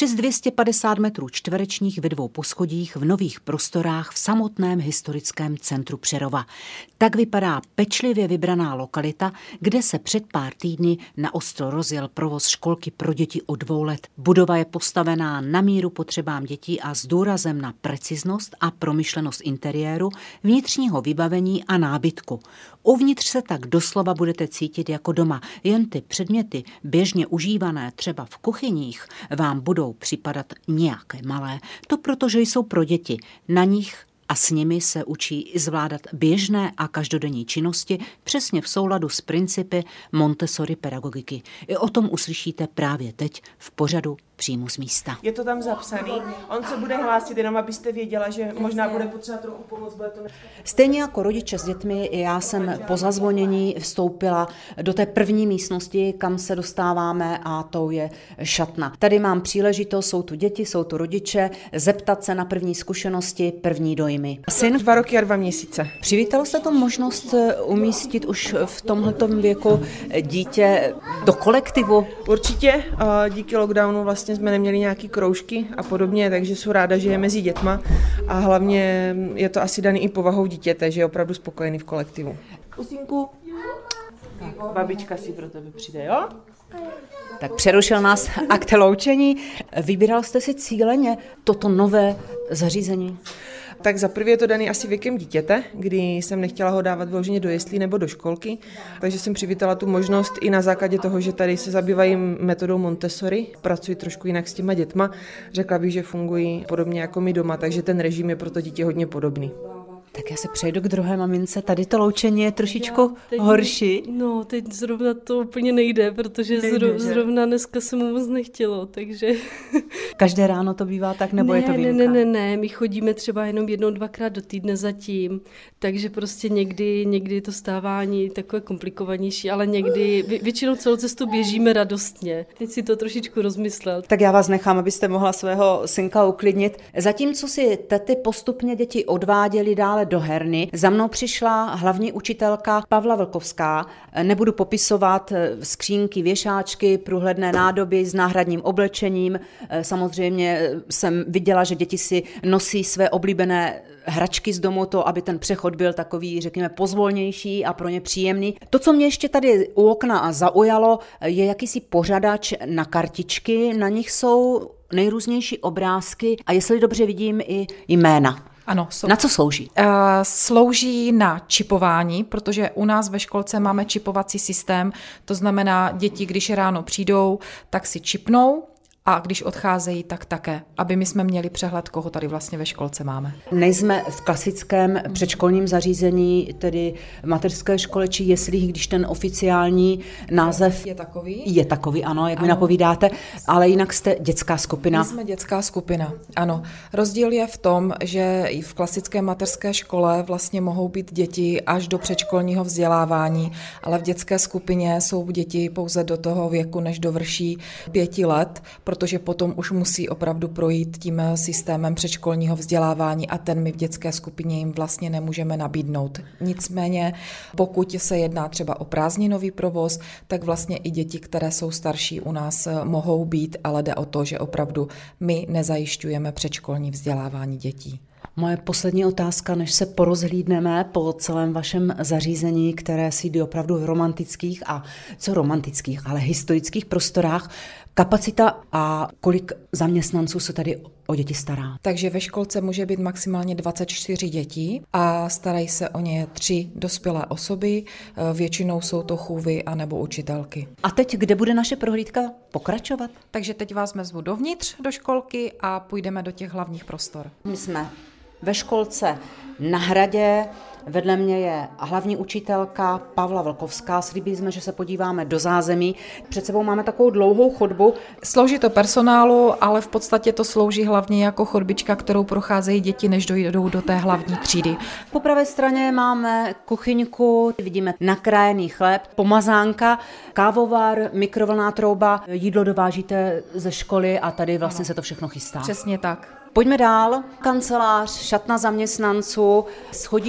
Přes 250 metrů čtverečních ve 2 poschodích v nových prostorách v samotném historickém centru Přerova. Tak vypadá pečlivě vybraná lokalita, kde se před pár týdny naostro rozjel provoz školky pro děti od 2 let. Budova je postavená na míru potřebám dětí a s důrazem na preciznost a promyšlenost interiéru, vnitřního vybavení a nábytku. Uvnitř se tak doslova budete cítit jako doma, jen ty předměty běžně užívané třeba v kuchyních vám budou připadat nějaké malé. To protože jsou pro děti. Na nich a s nimi se učí i zvládat běžné a každodenní činnosti přesně v souladu s principy Montessori pedagogiky. I o tom uslyšíte právě teď v pořadu Přímo z místa. Je to tam zapsaný, on se bude hlásit, jenom abyste věděla, že možná bude potřeba trochu pomoct. Stejně jako rodiče s dětmi, já jsem po zazvonění vstoupila do té první místnosti, kam se dostáváme, a to je šatna. Tady mám příležitost, jsou tu děti, jsou tu rodiče, zeptat se na první zkušenosti, první dojmy. Syn 2 roky a 2 měsíce. Přivítalo jste tu možnost umístit už v tomhletom věku dítě do kolektivu? Určitě, díky lockdownu vlastně jsme neměli nějaký kroužky a podobně, takže jsou ráda, že je mezi dětma a hlavně je to asi daný i povahou dítěte, že je opravdu spokojený v kolektivu. Pusínku, babička si pro tebe přijde, jo? Tak přerušil nás akt loučení. Vybíral jste si cíleně toto nové zařízení? Tak za prvé je to daný asi věkem dítěte, kdy jsem nechtěla ho dávat vyloženě do jeslí nebo do školky, takže jsem přivítala tu možnost i na základě toho, že tady se zabývají metodou Montessori, pracuji trošku jinak s těma dětma, řekla bych, že fungují podobně jako my doma, takže ten režim je pro to dítě hodně podobný. Tak já se přejdu k druhé mamince. Tady to loučení je trošičku horší. No, teď zrovna to úplně nejde, protože zrovna dneska se mu moc nechtělo, takže... Každé ráno to bývá tak, nebo je to výjimka? Ne, my chodíme třeba jenom 1-2krát do týdne zatím, takže prostě někdy to stávání takové komplikovanější, ale někdy, většinou celou cestu běžíme radostně. Teď si to trošičku rozmyslel. Tak já vás nechám, abyste mohla svého synka uklidnit. Zatímco si tety postupně děti odváděly dále do herny, za mnou přišla hlavní učitelka Pavla Vlkovská. Nebudu popisovat skřínky, věšáčky, průhledné nádoby s náhradním oblečením. Samozřejmě jsem viděla, že děti si nosí své oblíbené hračky z domu, to, aby ten přechod byl takový, řekněme, pozvolnější a pro ně příjemný. To, co mě ještě tady u okna zaujalo, je jakýsi pořadač na kartičky. Na nich jsou nejrůznější obrázky a jestli dobře vidím i jména. Ano, na co slouží? Slouží na čipování, protože u nás ve školce máme čipovací systém, to znamená, děti, když ráno přijdou, tak si čipnou a když odcházejí, tak také, aby my jsme měli přehled, koho tady vlastně ve školce máme. Nejsme v klasickém předškolním zařízení, tedy mateřské škole či jeslích, když ten oficiální název je takový, ano, jak mi napovídáte, ale jinak jste dětská skupina. My jsme dětská skupina, ano. Rozdíl je v tom, že i v klasické mateřské škole vlastně mohou být děti až do předškolního vzdělávání, ale v dětské skupině jsou děti pouze do toho věku, než dovrší 5 let, protože potom už musí opravdu projít tím systémem předškolního vzdělávání a ten my v dětské skupině jim vlastně nemůžeme nabídnout. Nicméně, pokud se jedná třeba o prázdninový provoz, tak vlastně i děti, které jsou starší u nás, mohou být, ale jde o to, že opravdu my nezajišťujeme předškolní vzdělávání dětí. Moje poslední otázka, než se porozhlídneme po celém vašem zařízení, které sídlí opravdu v romantických ale historických prostorách. Kapacita a kolik zaměstnanců se tady o děti stará? Takže ve školce může být maximálně 24 dětí a starají se o ně 3 dospělé osoby, většinou jsou to chůvy anebo učitelky. A teď, kde bude naše prohlídka pokračovat? Takže teď vás vezmu dovnitř do školky a půjdeme do těch hlavních prostor. My jsme ve školce na hradě, vedle mě je hlavní učitelka Pavla Vlkovská. Slíbili jsme, že se podíváme do zázemí. Před sebou máme takovou dlouhou chodbu. Slouží to personálu, ale v podstatě to slouží hlavně jako chodbička, kterou procházejí děti, než dojdou do té hlavní třídy. Po pravé straně máme kuchyňku, vidíme nakrájený chléb, pomazánka, kávovar, mikrovlnná trouba. Jídlo dovážíte ze školy a tady vlastně se to všechno chystá. Přesně tak. Pojďme dál. Kancelář, šatna zaměstnanců, schodiště po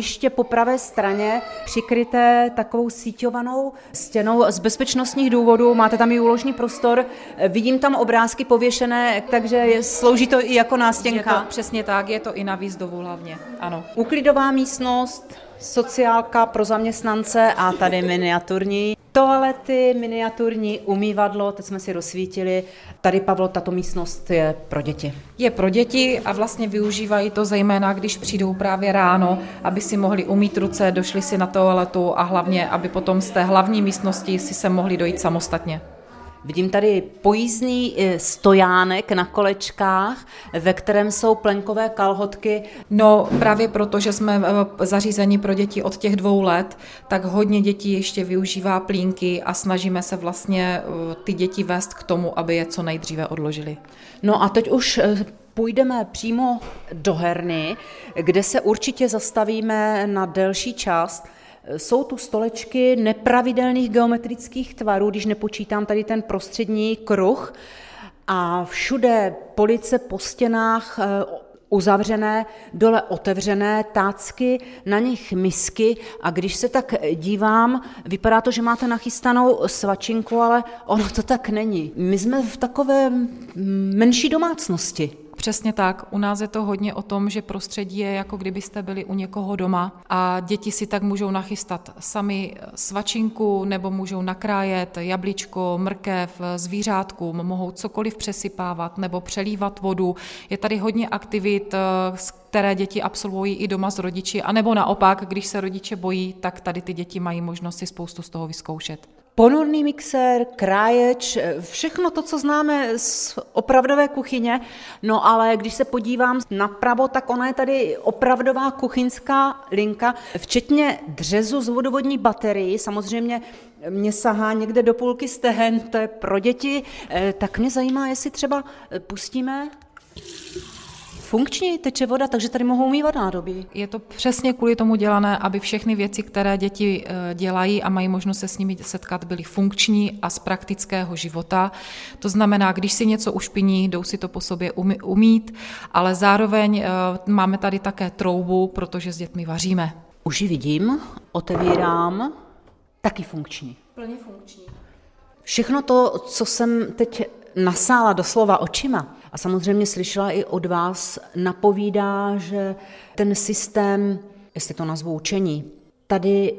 po pravé straně přikryté takovou síťovanou stěnou z bezpečnostních důvodů. Máte tam i úložní prostor. Vidím tam obrázky pověšené, takže slouží to i jako nástěnka. Je to přesně tak, je to i na výzdobu hlavně, ano. Úklidová místnost, sociálka pro zaměstnance a tady miniaturní toalety, miniaturní umývadlo, teď jsme si rozsvítili. Tady, Pavlo, tato místnost je pro děti. Je pro děti a vlastně využívají to zejména, když přijdou právě ráno, aby si mohli umýt ruce, došli si na toaletu a hlavně, aby potom z té hlavní místnosti si se mohli dojít samostatně. Vidím tady pojízdný stojánek na kolečkách, ve kterém jsou plenkové kalhotky. No právě proto, že jsme zařízení pro děti od těch 2 let, tak hodně dětí ještě využívá plínky a snažíme se vlastně ty děti vést k tomu, aby je co nejdříve odložili. No a teď už půjdeme přímo do herny, kde se určitě zastavíme na delší čas. Jsou tu stolečky nepravidelných geometrických tvarů, když nepočítám tady ten prostřední kruh, a všude police po stěnách uzavřené, dole otevřené, tácky, na nich misky, a když se tak dívám, vypadá to, že máte nachystanou svačinku, ale ono to tak není. My jsme v takové menší domácnosti. Přesně tak. U nás je to hodně o tom, že prostředí je, jako kdybyste byli u někoho doma a děti si tak můžou nachystat sami svačinku nebo můžou nakrájet jablíčko, mrkev, zvířátkům, mohou cokoliv přesypávat nebo přelívat vodu. Je tady hodně aktivit, které děti absolvují i doma s rodiči, anebo naopak, když se rodiče bojí, tak tady ty děti mají možnost si spoustu z toho vyzkoušet. Ponorný mixér, kráječ, všechno to, co známe z opravdové kuchyně, no ale když se podívám napravo, tak ona je tady opravdová kuchyňská linka, včetně dřezu z vodovodní baterii, samozřejmě mě sahá někde do půlky stehen, to je pro děti, tak mě zajímá, jestli třeba pustíme funkční, teče voda, takže tady mohou umývat nádobí. Je to přesně kvůli tomu dělané, aby všechny věci, které děti dělají a mají možnost se s nimi setkat, byly funkční a z praktického života. To znamená, když si něco ušpiní, jdou si to po sobě umýt, ale zároveň máme tady také troubu, protože s dětmi vaříme. Už ji vidím, otevírám, taky funkční. Plně funkční. Všechno to, co jsem teď nasála doslova očima a samozřejmě slyšela i od vás, napovídá, že ten systém, jestli to nazvu učení, tady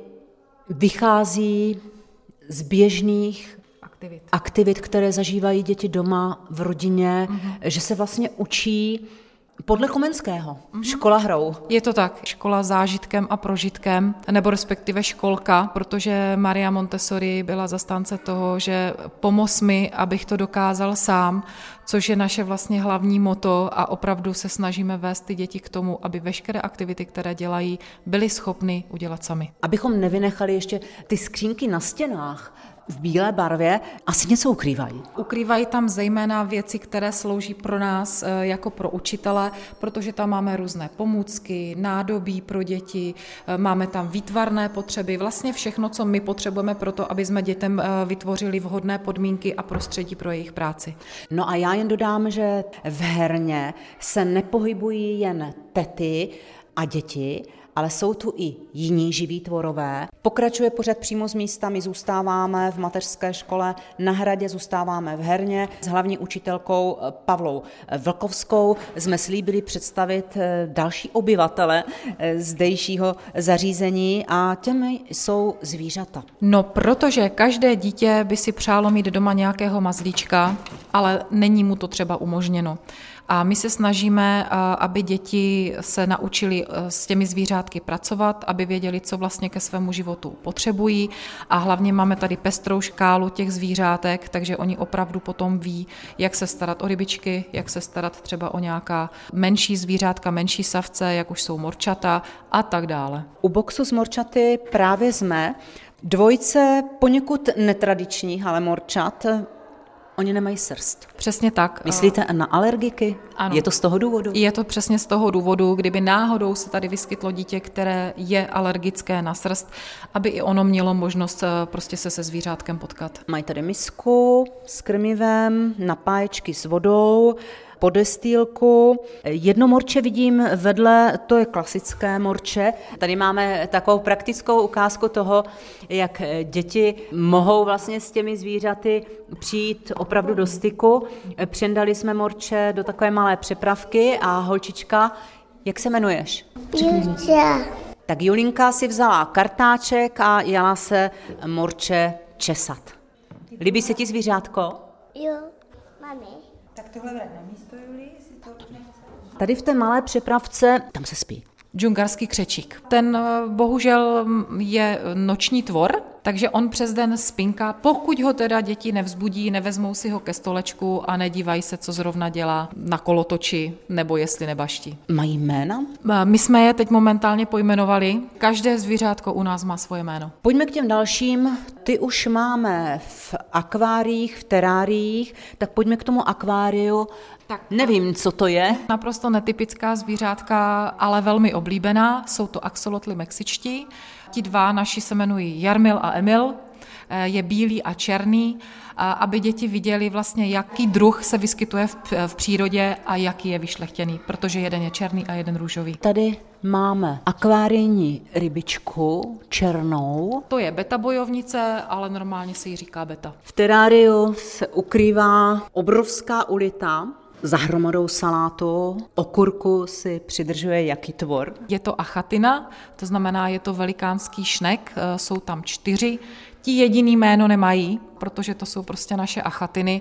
vychází z běžných aktivit, které zažívají děti doma, v rodině, že se vlastně učí podle Komenského. Škola hrou. Je to tak. Škola zážitkem a prožitkem, nebo respektive školka, protože Maria Montessori byla zastánce toho, že pomoz mi, abych to dokázal sám, což je naše vlastně hlavní motto a opravdu se snažíme vést ty děti k tomu, aby veškeré aktivity, které dělají, byly schopny udělat sami. Abychom nevynechali ještě ty skřínky na stěnách, v bílé barvě, asi něco ukrývají. Ukrývají tam zejména věci, které slouží pro nás jako pro učitele, protože tam máme různé pomůcky, nádobí pro děti, máme tam výtvarné potřeby, vlastně všechno, co my potřebujeme pro to, aby jsme dětem vytvořili vhodné podmínky a prostředí pro jejich práci. No a já jen dodám, že v herně se nepohybují jen tety a děti, ale jsou tu i jiní živí tvorové. Pokračuje pořad přímo z místa, my zůstáváme v mateřské škole na Hradě, zůstáváme v herně s hlavní učitelkou Pavlou Vlkovskou. Jsme slíbili představit další obyvatele zdejšího zařízení a těmi jsou zvířata. No, protože každé dítě by si přálo mít doma nějakého mazlíčka, ale není mu to třeba umožněno. A my se snažíme, aby děti se naučili s těmi zvířátky pracovat, aby věděli, co vlastně ke svému životu potřebují, a hlavně máme tady pestrou škálu těch zvířátek, takže oni opravdu potom ví, jak se starat o rybičky, jak se starat třeba o nějaká menší zvířátka, menší savce, jak už jsou morčata a tak dále. U boxu s morčaty právě jsme. Dvojice poněkud netradičních, ale morčat, oni nemají srst. Přesně tak. Myslíte na alergiky? Ano. Je to z toho důvodu? Je to přesně z toho důvodu, kdyby náhodou se tady vyskytlo dítě, které je alergické na srst, aby i ono mělo možnost prostě se zvířátkem potkat. Mají tady misku s krmivem, napáječky s vodou. podestýlku. Jedno morče vidím vedle, to je klasické morče. Tady máme takovou praktickou ukázku toho, jak děti mohou vlastně s těmi zvířaty přijít opravdu do styku. Přendali jsme morče do takové malé přepravky a holčička, jak se jmenuješ? Julka. Tak Julinka si vzala kartáček a jela se morče česat. Líbí se ti zvířátko? Jo, mami. Tak tohle vrať na místo, Juli, jestli to už nechce. Tady v té malé přepravce, tam se spí. Džungarský křečík. Ten bohužel je noční tvor, takže on přes den spinká, pokud ho teda děti nevzbudí, nevezmou si ho ke stolečku a nedívají se, co zrovna dělá na kolotoči nebo jestli nebaští. Mají jména? My jsme je teď momentálně pojmenovali. Každé zvířátko u nás má svoje jméno. Pojďme k těm dalším. Ty už máme v akváriích, v teráriích, tak pojďme k tomu akváriu. Tak nevím, co to je. Naprosto netypická zvířátka, ale velmi oblíbená. Jsou to axolotli mexičtí. Ti dva naši se jmenují Jarmil a Emil. Je bílý a černý, aby děti viděli vlastně, jaký druh se vyskytuje v přírodě a jaký je vyšlechtěný, protože jeden je černý a jeden růžový. Tady máme akvárijní rybičku černou. To je beta bojovnice, ale normálně se jí říká beta. V teráriu se ukrývá obrovská ulita. Za hromadou salátu, okurku si přidržuje jaký tvor? Je to achatina, to znamená, je to velikánský šnek, jsou tam 4. Ti jediný jméno nemají, protože to jsou prostě naše achatiny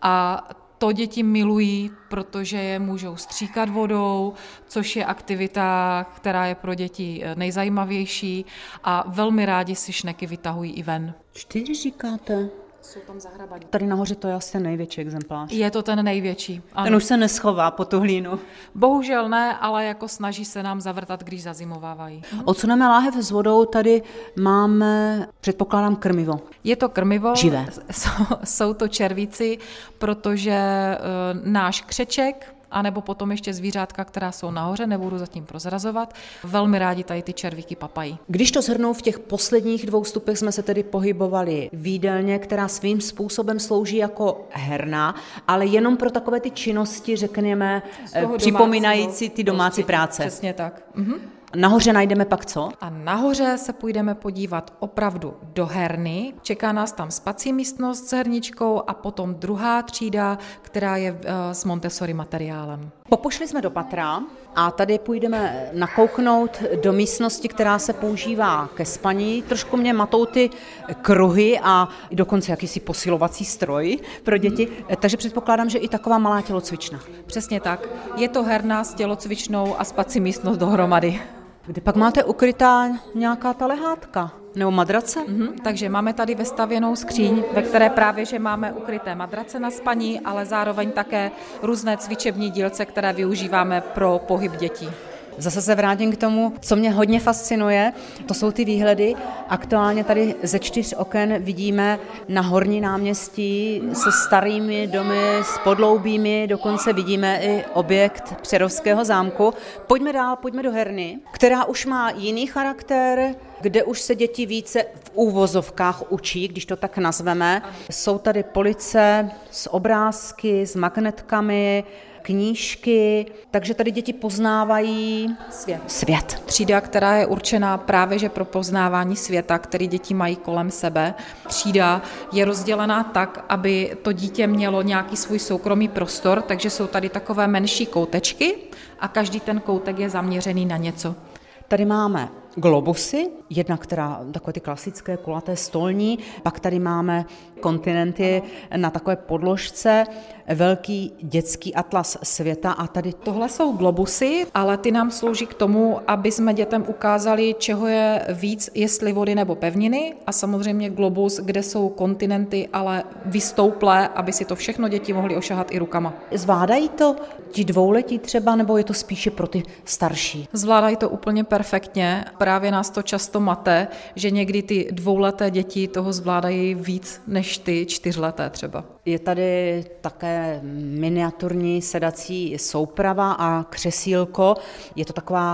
a to děti milují, protože je můžou stříkat vodou, což je aktivita, která je pro děti nejzajímavější a velmi rádi si šneky vytahují i ven. 4 říkáte? Jsou tam zahrabaní. Tady nahoře to je asi ten největší exemplář. Je to ten největší. Ano. Ten už se neschová po tu hlínu. Bohužel ne, ale jako snaží se nám zavrtat, když zazimovávají. Odsuneme láhev s vodou, tady máme, předpokládám, krmivo. Je to krmivo. Živé. Jsou to červíci, protože náš křeček, anebo potom ještě zvířátka, která jsou nahoře, nebudu zatím prozrazovat. Velmi rádi tady ty červíky papají. Když to shrnu, v těch posledních 2 vstupech jsme se tedy pohybovali v jídelně, která svým způsobem slouží jako herna, ale jenom pro takové ty činnosti, řekněme, připomínající ty domácí práce. Přesně tak. Nahoře najdeme pak co? A nahoře se půjdeme podívat opravdu do herny. Čeká nás tam spací místnost s herničkou a potom druhá třída, která je s Montessori materiálem. Popošli jsme do patra a tady půjdeme nakouknout do místnosti, která se používá ke spaní. Trošku mě matou ty kruhy a dokonce jakýsi posilovací stroj pro děti, takže předpokládám, že i taková malá tělocvična. Přesně tak. Je to herna s tělocvičnou a spací místnost dohromady. Kde pak máte ukrytá nějaká ta lehátka nebo madrace? Takže máme tady vestavěnou skříň, ve které právě že máme ukryté madrace na spaní, ale zároveň také různé cvičební dílce, které využíváme pro pohyb dětí. Zase se vrátím k tomu, co mě hodně fascinuje, to jsou ty výhledy. Aktuálně tady ze 4 oken vidíme na Horní náměstí se starými domy, s podloubími, dokonce vidíme i objekt Přerovského zámku. Pojďme dál, pojďme do herny, která už má jiný charakter, kde už se děti více v úvozovkách učí, když to tak nazveme. Jsou tady police s obrázky, s magnetkami, knížky, takže tady děti poznávají svět. Třída, která je určená právě že pro poznávání světa, který děti mají kolem sebe. Třída je rozdělená tak, aby to dítě mělo nějaký svůj soukromý prostor, takže jsou tady takové menší koutečky a každý ten koutek je zaměřený na něco. Tady máme globusy, jedna, která takové ty klasické kulaté stolní, pak tady máme kontinenty na takové podložce, velký dětský atlas světa a tady... Tohle jsou globusy, ale ty nám slouží k tomu, aby jsme dětem ukázali, čeho je víc, jestli vody nebo pevniny a samozřejmě globus, kde jsou kontinenty, ale vystouplé, aby si to všechno děti mohly ošahat i rukama. Zvládají to ti 2letí třeba, nebo je to spíše pro ty starší? Zvládají to úplně perfektně. Právě nás to často mate, že někdy ty 2leté děti toho zvládají víc než ty 4leté třeba. Je tady také miniaturní sedací souprava a křesílko. Je to taková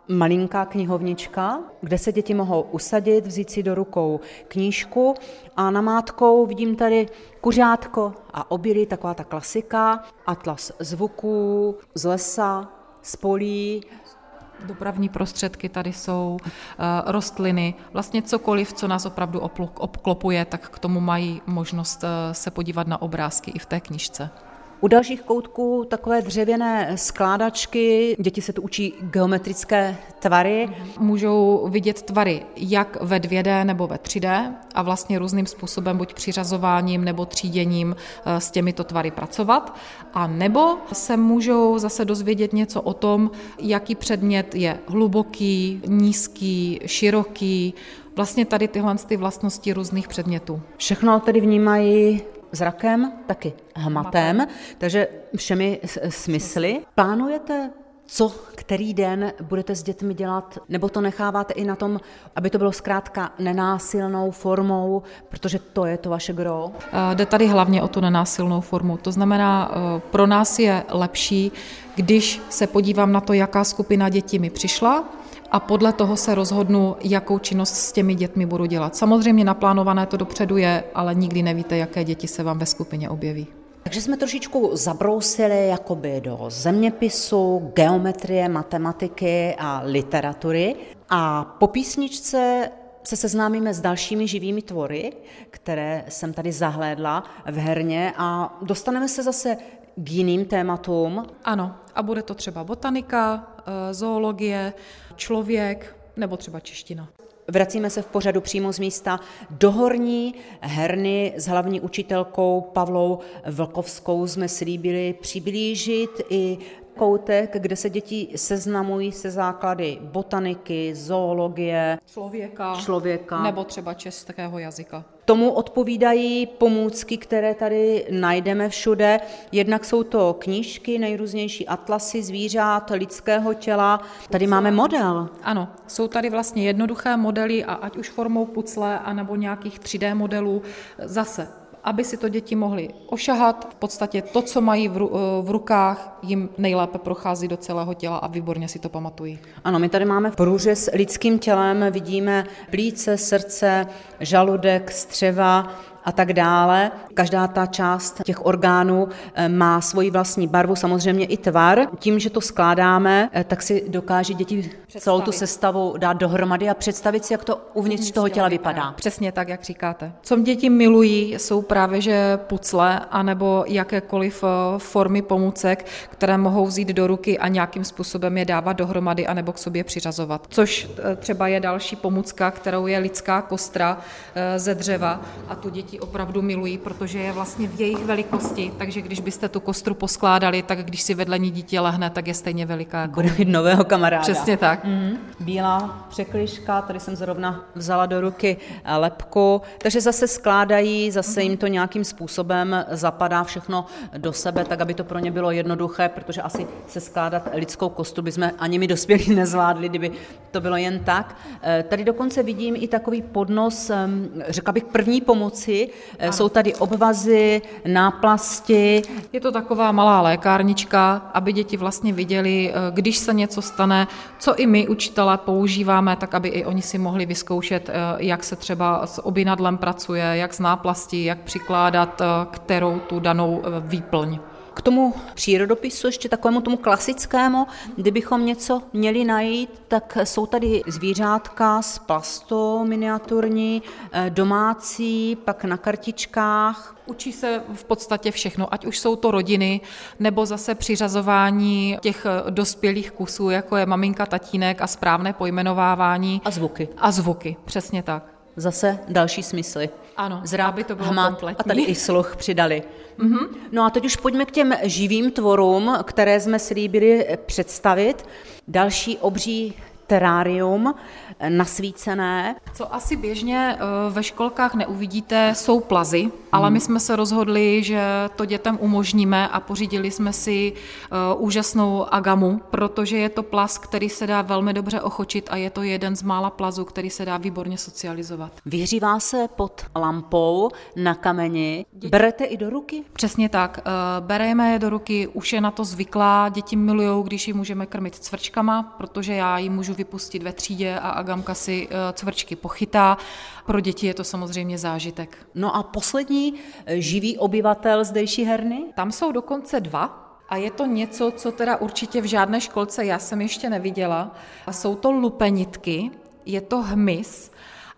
malinká knihovnička, kde se děti mohou usadit, vzít si do rukou knížku a namátkou vidím tady kuřátko a obilí, taková ta klasika, atlas zvuků, z lesa, z polí. Dopravní prostředky tady jsou, rostliny, vlastně cokoliv, co nás opravdu obklopuje, tak k tomu mají možnost se podívat na obrázky i v té knižce. U dalších koutků takové dřevěné skládačky, děti se tu učí geometrické tvary. Můžou vidět tvary jak ve 2D nebo ve 3D a vlastně různým způsobem, buď přiřazováním nebo tříděním s těmito tvary pracovat, a nebo se můžou zase dozvědět něco o tom, jaký předmět je hluboký, nízký, široký, vlastně tady tyhle vlastnosti různých předmětů. Všechno tedy vnímají zrakem, taky hmatem, takže všemi smysly. Plánujete, co který den budete s dětmi dělat, nebo to necháváte i na tom, aby to bylo zkrátka nenásilnou formou, protože to je to vaše gro? Jde tady hlavně o tu nenásilnou formu. To znamená, pro nás je lepší, když se podívám na to, jaká skupina dětí mi přišla, a podle toho se rozhodnu, jakou činnost s těmi dětmi budu dělat. Samozřejmě naplánované to dopředu je, ale nikdy nevíte, jaké děti se vám ve skupině objeví. Takže jsme trošičku zabrousili jakoby do zeměpisu, geometrie, matematiky a literatury. A po písničce se seznámíme s dalšími živými tvory, které jsem tady zahlédla v herně, a dostaneme se zase k jiným tématům. Ano, a bude to třeba botanika, zoologie, člověk nebo třeba čeština. Vracíme se v pořadu přímo z místa do Horní herny. S hlavní učitelkou Pavlou Vlkovskou jsme slíbili přiblížit i koutek, kde se děti seznamují se základy botaniky, zoologie, člověka nebo třeba českého jazyka. Tomu odpovídají pomůcky, které tady najdeme všude. Jednak jsou to knížky, nejrůznější atlasy zvířat, lidského těla. Tady máme model. Ano, jsou tady vlastně jednoduché modely, a ať už formou pucle, anebo nějakých 3D modelů, zase aby si to děti mohly ošahat. V podstatě to, co mají v rukách, jim nejlépe prochází do celého těla a výborně si to pamatují. Ano, my tady máme průřez lidským tělem, vidíme plíce, srdce, žaludek, střeva a tak dále. Každá ta část těch orgánů má svoji vlastní barvu, samozřejmě i tvar. Tím, že to skládáme, tak si dokáží děti celou tu sestavu dát dohromady a představit si, jak to uvnitř toho těla vypadá. Přesně tak, jak říkáte. Co děti milují, jsou právě že pucle anebo jakékoliv formy pomůcek, které mohou vzít do ruky a nějakým způsobem je dávat dohromady anebo k sobě přiřazovat. Což třeba je další pomůcka, kterou je lidská kostra ze dřeva, a tu děti opravdu milují, protože je vlastně v jejich velikosti, takže když byste tu kostru poskládali, tak když si vedle ní dítě lehne, tak je stejně veliká. Bude mít nového kamaráda. Přesně tak. Bílá překližka, tady jsem zrovna vzala do ruky lebku, takže zase skládají, zase jim to nějakým způsobem zapadá všechno do sebe, tak aby to pro ně bylo jednoduché, protože asi se skládat lidskou kostru bychom ani my dospělí nezvládli, kdyby to bylo jen tak. Tady dokonce vidím i takový podnos, řekla bych první pomoci. Jsou tady obvazy, náplasti. Je to taková malá lékárnička, aby děti vlastně viděli, když se něco stane, co i my učitelé používáme, tak aby i oni si mohli vyzkoušet, jak se třeba s obinadlem pracuje, jak s náplastí, jak přikládat kterou tu danou výplň. K tomu přírodopisu, ještě takovému tomu klasickému, kdybychom něco měli najít, tak jsou tady zvířátka z plastu miniaturní, domácí, pak na kartičkách. Učí se v podstatě všechno, ať už jsou to rodiny, nebo zase přiřazování těch dospělých kusů, jako je maminka, tatínek a správné pojmenovávání. A zvuky, přesně tak. Zase další smysly. Ano, zrak, aby to bylo hmat kompletní. A tady i sluch přidali. No a teď už pojďme k těm živým tvorům, které jsme slíbili představit. Další obří terárium nasvícené. Co asi běžně ve školkách neuvidíte, jsou plazy, ale my jsme se rozhodli, že to dětem umožníme a pořídili jsme si úžasnou agamu, protože je to plaz, který se dá velmi dobře ochočit a je to jeden z mála plazů, který se dá výborně socializovat. Vyhřívá se pod lampou na kameni. Berete i do ruky? Přesně tak. Bereme je do ruky, už je na to zvyklá. Děti milujou, když ji můžeme krmit cvrčkama, protože já ji můžu vypustit ve třídě a agamka si cvrčky pochytá. Pro děti je to samozřejmě zážitek. No a poslední živý obyvatel zdejší herny? Tam jsou dokonce 2. A je to něco, co teda určitě v žádné školce já jsem ještě neviděla. A jsou to lupenitky, je to hmyz.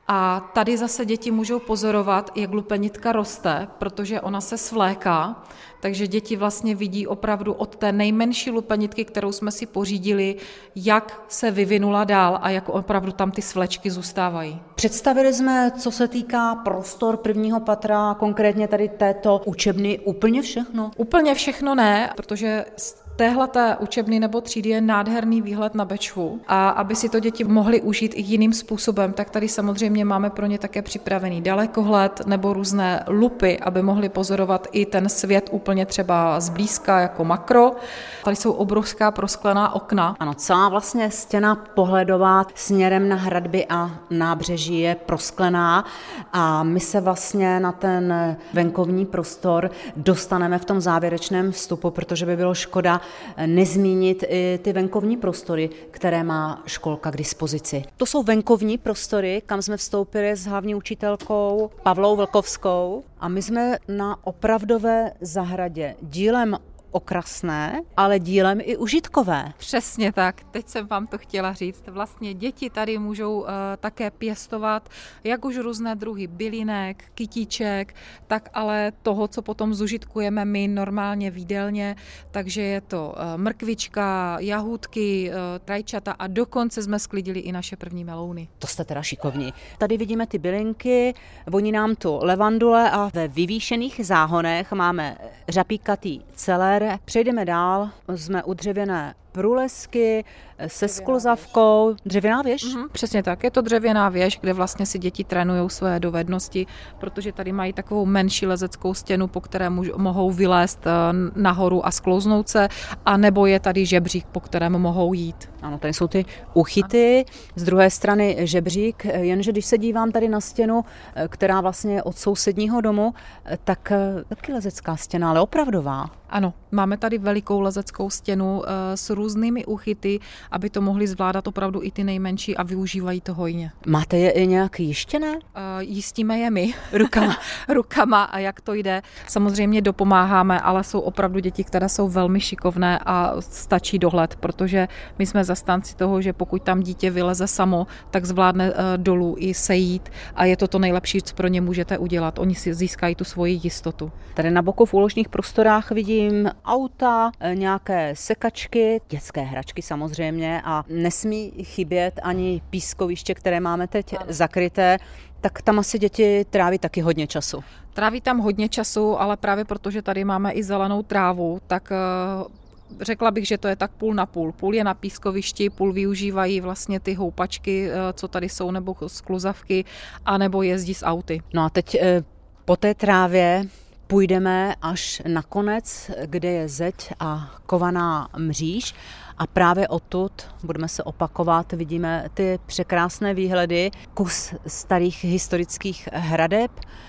A tady zase děti můžou pozorovat, jak lupenitka roste, protože ona se svléká, takže děti vlastně vidí opravdu od té nejmenší lupenitky, kterou jsme si pořídili, jak se vyvinula dál a jak opravdu tam ty svlečky zůstávají. Představili jsme, co se týká prostor prvního patra, konkrétně tady této učebny, úplně všechno? Úplně všechno ne, protože téhleté učebny nebo třídy je nádherný výhled na Bečvu a aby si to děti mohly užít i jiným způsobem, tak tady samozřejmě máme pro ně také připravený dalekohled nebo různé lupy, aby mohli pozorovat i ten svět úplně třeba zblízka jako makro. Tady jsou obrovská prosklená okna. Ano, celá vlastně stěna pohledová směrem na hradby a nábřeží je prosklená a my se vlastně na ten venkovní prostor dostaneme v tom závěrečném vstupu, protože by bylo škoda nezmínit i ty venkovní prostory, které má školka k dispozici. To jsou venkovní prostory, kam jsme vstoupili s hlavní učitelkou Pavlou Vlkovskou a my jsme na opravdové zahradě dílem okrasné, ale dílem i užitkové. Přesně tak, teď jsem vám to chtěla říct. Vlastně děti tady můžou také pěstovat jak už různé druhy bylinek, kytíček, tak ale toho, co potom zužitkujeme my normálně v jídelně, takže je to mrkvička, jahůdky, trajčata a dokonce jsme sklidili i naše první melouny. To jste teda šikovní. Tady vidíme ty bylinky, voní nám tu levandule a ve vyvýšených záhonech máme řapíkatý celér. Přejdeme dál, jsme u dřevěné průlesky se skluzavkou. Dřevěná věž? Přesně tak, je to dřevěná věž, kde vlastně si děti trénují své dovednosti, protože tady mají takovou menší lezeckou stěnu, po které mohou vylézt nahoru a sklouznout se, anebo je tady žebřík, po kterém mohou jít. Ano, tady jsou ty uchyty, z druhé strany žebřík, jenže když se dívám tady na stěnu, která vlastně je od sousedního domu, tak taky lezecká stěna, ale opravdová. Ano, máme tady velikou lezeckou stěnu s různými uchyty, aby to mohli zvládat opravdu i ty nejmenší a využívají to hojně. Máte je i nějak jištěné? Jistíme je my rukama a jak to jde. Samozřejmě dopomáháme, ale jsou opravdu děti, které jsou velmi šikovné a stačí dohled, protože my jsme zastánci toho, že pokud tam dítě vyleze samo, tak zvládne dolů i sejít a je to to nejlepší, co pro ně můžete udělat. Oni si získají tu svoji jistotu. Tady na boku v úložných prostorách vidím auta, nějaké sekačky, dětské hračky samozřejmě a nesmí chybět ani pískoviště, které máme teď zakryté, tak tam asi děti tráví taky hodně času. Tráví tam hodně času, ale právě protože tady máme i zelenou trávu, tak řekla bych, že to je tak půl na půl. Půl je na pískovišti, půl využívají vlastně ty houpačky, co tady jsou, nebo skluzavky, anebo jezdí s auty. No a teď po té trávě půjdeme až na konec, kde je zeď a kovaná mříž a právě odtud, budeme se opakovat, vidíme ty překrásné výhledy, kus starých historických hradeb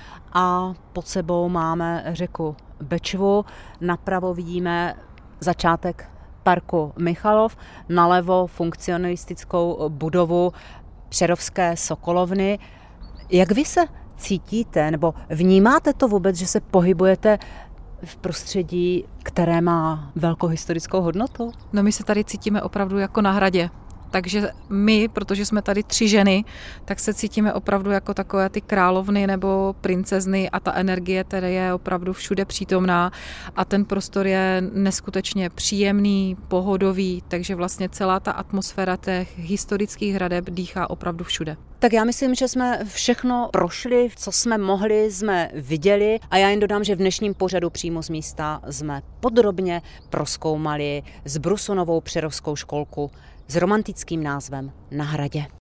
a pod sebou máme řeku Bečvu, napravo vidíme začátek parku Michalov, nalevo funkcionalistickou budovu Přerovské sokolovny. Jak vy se cítíte nebo vnímáte to vůbec, že se pohybujete v prostředí, které má velkou historickou hodnotu? No my se tady cítíme opravdu jako na hradě. Takže my, protože jsme tady 3 ženy, tak se cítíme opravdu jako takové ty královny nebo princezny a ta energie tady je opravdu všude přítomná a ten prostor je neskutečně příjemný, pohodový, takže vlastně celá ta atmosféra těch historických hradeb dýchá opravdu všude. Tak já myslím, že jsme všechno prošli, co jsme mohli, jsme viděli a já jen dodám, že v dnešním pořadu Přímo z místa jsme podrobně prozkoumali Zbrusunovou přerovskou školku s romantickým názvem Na hradě.